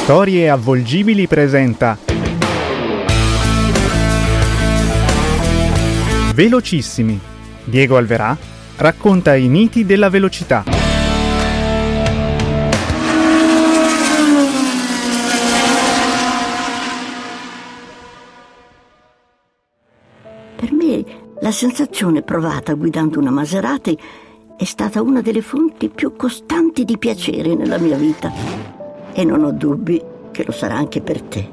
Storie Avvolgibili presenta Velocissimi. Diego Alverà racconta i miti della velocità. Per me la sensazione provata guidando una Maserati è stata una delle fonti più costanti di piacere nella mia vita e non ho dubbi che lo sarà anche per te.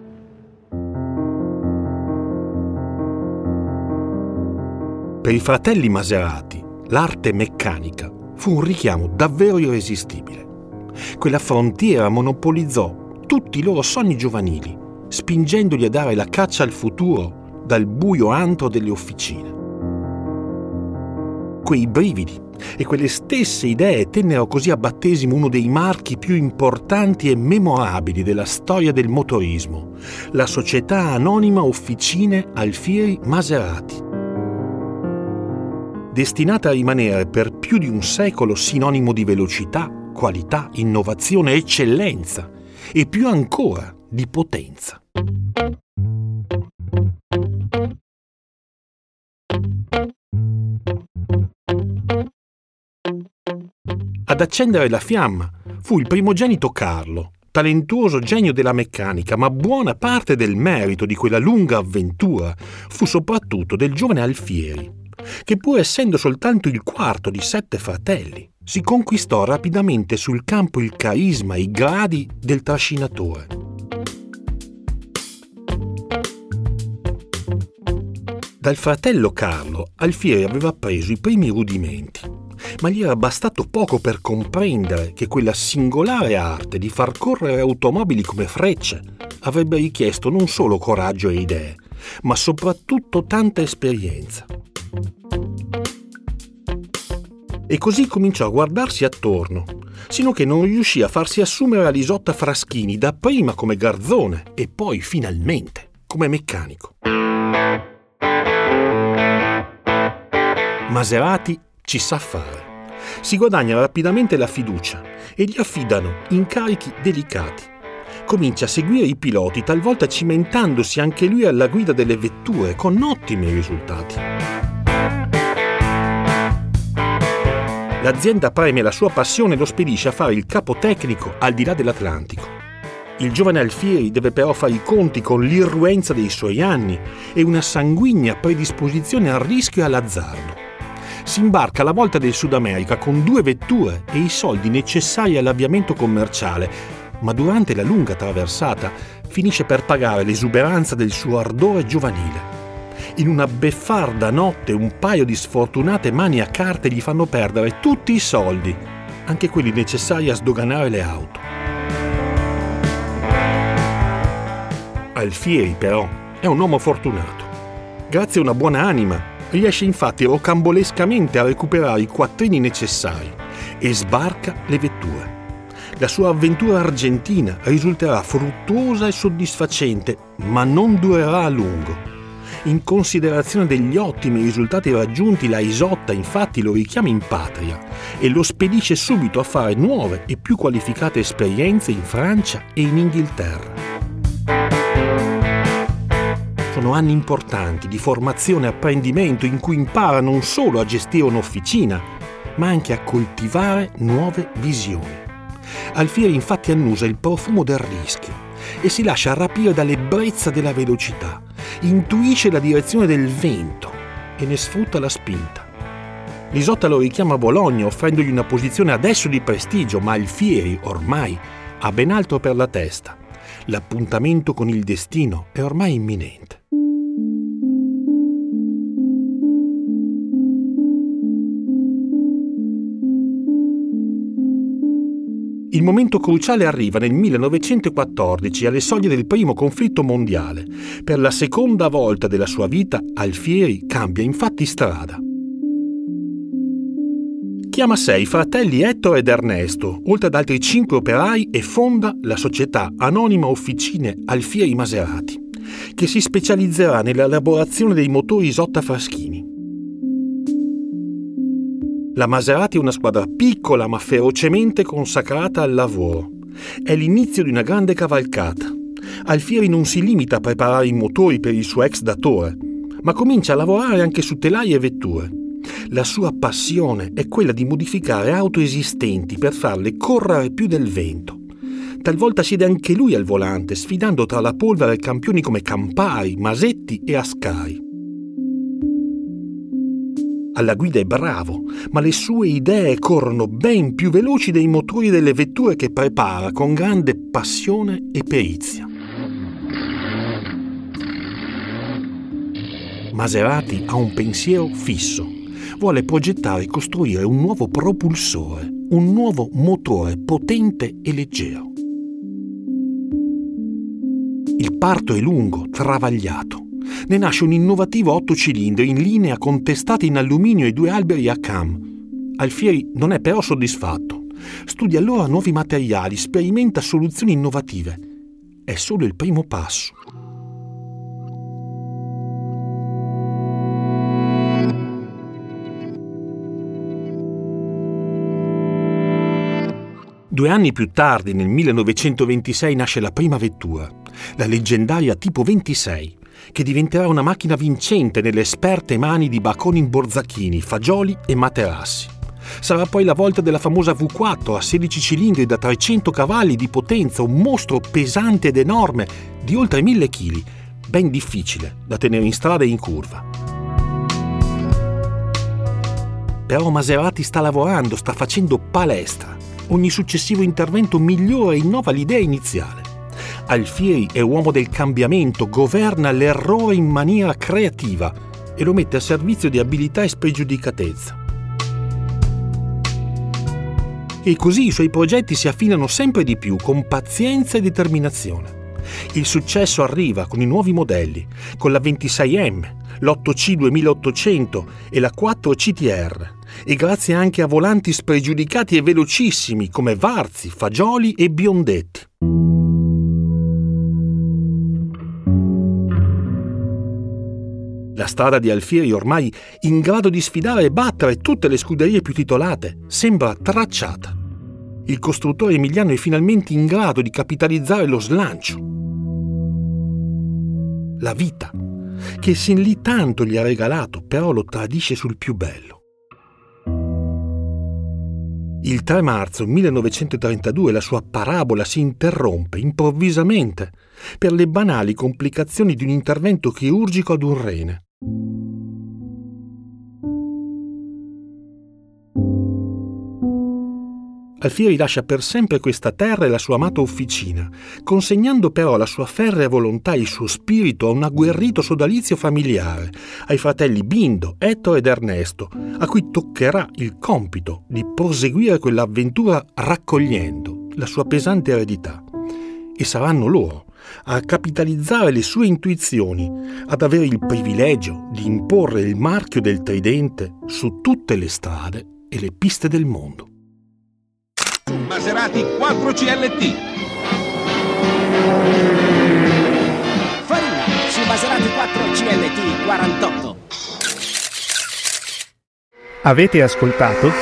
Per i fratelli Maserati, l'arte meccanica fu un richiamo davvero irresistibile. Quella frontiera monopolizzò tutti i loro sogni giovanili, spingendoli a dare la caccia al futuro dal buio antro delle officine. Quei brividi e quelle stesse idee tennero così a battesimo uno dei marchi più importanti e memorabili della storia del motorismo, la società anonima Officine Alfieri Maserati. Destinata a rimanere per più di un secolo sinonimo di velocità, qualità, innovazione, eccellenza e più ancora di potenza. Ad accendere la fiamma fu il primogenito Carlo, talentuoso genio della meccanica, ma buona parte del merito di quella lunga avventura fu soprattutto del giovane Alfieri, che pur essendo soltanto il quarto di 7 fratelli, si conquistò rapidamente sul campo il carisma e i gradi del trascinatore. Dal fratello Carlo, Alfieri aveva appreso i primi rudimenti, ma gli era bastato poco per comprendere che quella singolare arte di far correre automobili come frecce avrebbe richiesto non solo coraggio e idee, ma soprattutto tanta esperienza. E così cominciò a guardarsi attorno, sino che non riuscì a farsi assumere a Lisotta Fraschini, dapprima come garzone e poi finalmente come meccanico. Maserati ci sa fare. Si guadagna rapidamente la fiducia e gli affidano incarichi delicati. Comincia a seguire i piloti, talvolta cimentandosi anche lui alla guida delle vetture con ottimi risultati. L'azienda premia la sua passione e lo spedisce a fare il capo tecnico al di là dell'Atlantico. Il giovane Alfieri deve però fare i conti con l'irruenza dei suoi anni e una sanguigna predisposizione al rischio e all'azzardo. Si imbarca alla volta del Sud America con 2 vetture e i soldi necessari all'avviamento commerciale, ma durante la lunga traversata finisce per pagare l'esuberanza del suo ardore giovanile. In una beffarda notte un paio di sfortunate mani a carte gli fanno perdere tutti i soldi, anche quelli necessari a sdoganare le auto. Alfieri, però, è un uomo fortunato. Grazie a una buona anima, riesce infatti rocambolescamente a recuperare i quattrini necessari e sbarca le vetture. La sua avventura argentina risulterà fruttuosa e soddisfacente, ma non durerà a lungo. In considerazione degli ottimi risultati raggiunti, la Isotta infatti lo richiama in patria e lo spedisce subito a fare nuove e più qualificate esperienze in Francia e in Inghilterra. Sono anni importanti di formazione e apprendimento in cui impara non solo a gestire un'officina, ma anche a coltivare nuove visioni. Alfieri infatti annusa il profumo del rischio e si lascia rapire dall'ebbrezza della velocità, intuisce la direzione del vento e ne sfrutta la spinta. Lisotta lo richiama a Bologna offrendogli una posizione adesso di prestigio, ma Alfieri ormai ha ben altro per la testa. L'appuntamento con il destino è ormai imminente. Il momento cruciale arriva nel 1914, alle soglie del primo conflitto mondiale. Per la seconda volta della sua vita, Alfieri cambia infatti strada. Chiama a sé i fratelli Ettore ed Ernesto, oltre ad altri 5 operai, e fonda la società anonima Officine Alfieri Maserati, che si specializzerà nell'elaborazione dei motori Isotta Fraschini. La Maserati è una squadra piccola ma ferocemente consacrata al lavoro. È l'inizio di una grande cavalcata. Alfieri non si limita a preparare i motori per il suo ex datore, ma comincia a lavorare anche su telai e vetture. La sua passione è quella di modificare auto esistenti per farle correre più del vento. Talvolta siede anche lui al volante, sfidando tra la polvere campioni come Campari, Masetti e Ascari. Alla guida è bravo, ma le sue idee corrono ben più veloci dei motori delle vetture che prepara con grande passione e perizia. Maserati ha un pensiero fisso. Vuole progettare e costruire un nuovo propulsore, un nuovo motore potente e leggero. Il parto è lungo, travagliato. Ne nasce un innovativo 8 cilindri in linea con testate in alluminio e 2 alberi a cam. Alfieri non è però soddisfatto. Studia allora nuovi materiali, sperimenta soluzioni innovative. È solo il primo passo. Due anni più tardi, nel 1926, nasce la prima vettura, la leggendaria Tipo 26, che diventerà una macchina vincente nelle esperte mani di Baconin Borzacchini, Fagioli e Materassi. Sarà poi la volta della famosa V4 a 16 cilindri da 300 cavalli di potenza, un mostro pesante ed enorme di oltre 1000 kg, ben difficile da tenere in strada e in curva. Però Maserati sta lavorando, sta facendo palestra. Ogni successivo intervento migliora e innova l'idea iniziale. Alfieri è uomo del cambiamento, governa l'errore in maniera creativa e lo mette a servizio di abilità e spregiudicatezza. E così i suoi progetti si affinano sempre di più con pazienza e determinazione. Il successo arriva con i nuovi modelli, con la 26M, l'8C 2800 e la 4 CTR, e grazie anche a volanti spregiudicati e velocissimi come Varzi, Fagioli e Biondetti. La strada di Alfieri, ormai in grado di sfidare e battere tutte le scuderie più titolate, sembra tracciata. Il costruttore emiliano è finalmente in grado di capitalizzare lo slancio. La vita, che sin lì tanto gli ha regalato, però lo tradisce sul più bello. Il 3 marzo 1932 la sua parabola si interrompe improvvisamente per le banali complicazioni di un intervento chirurgico ad un rene. Alfieri lascia per sempre questa terra e la sua amata officina, consegnando però la sua ferrea volontà e il suo spirito a un agguerrito sodalizio familiare, ai fratelli Bindo, Ettore ed Ernesto, a cui toccherà il compito di proseguire quell'avventura raccogliendo la sua pesante eredità. E saranno loro a capitalizzare le sue intuizioni, ad avere il privilegio di imporre il marchio del Tridente su tutte le strade e le piste del mondo. Maserati 4 CLT. Farina su Maserati 4 CLT 48. Avete ascoltato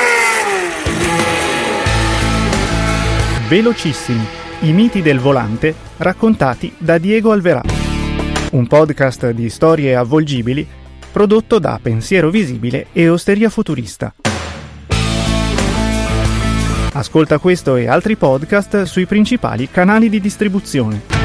Velocissimi, i miti del volante raccontati da Diego Alverà. Un podcast di storie avvolgibili prodotto da Pensiero Visibile e Osteria Futurista. Ascolta questo e altri podcast sui principali canali di distribuzione.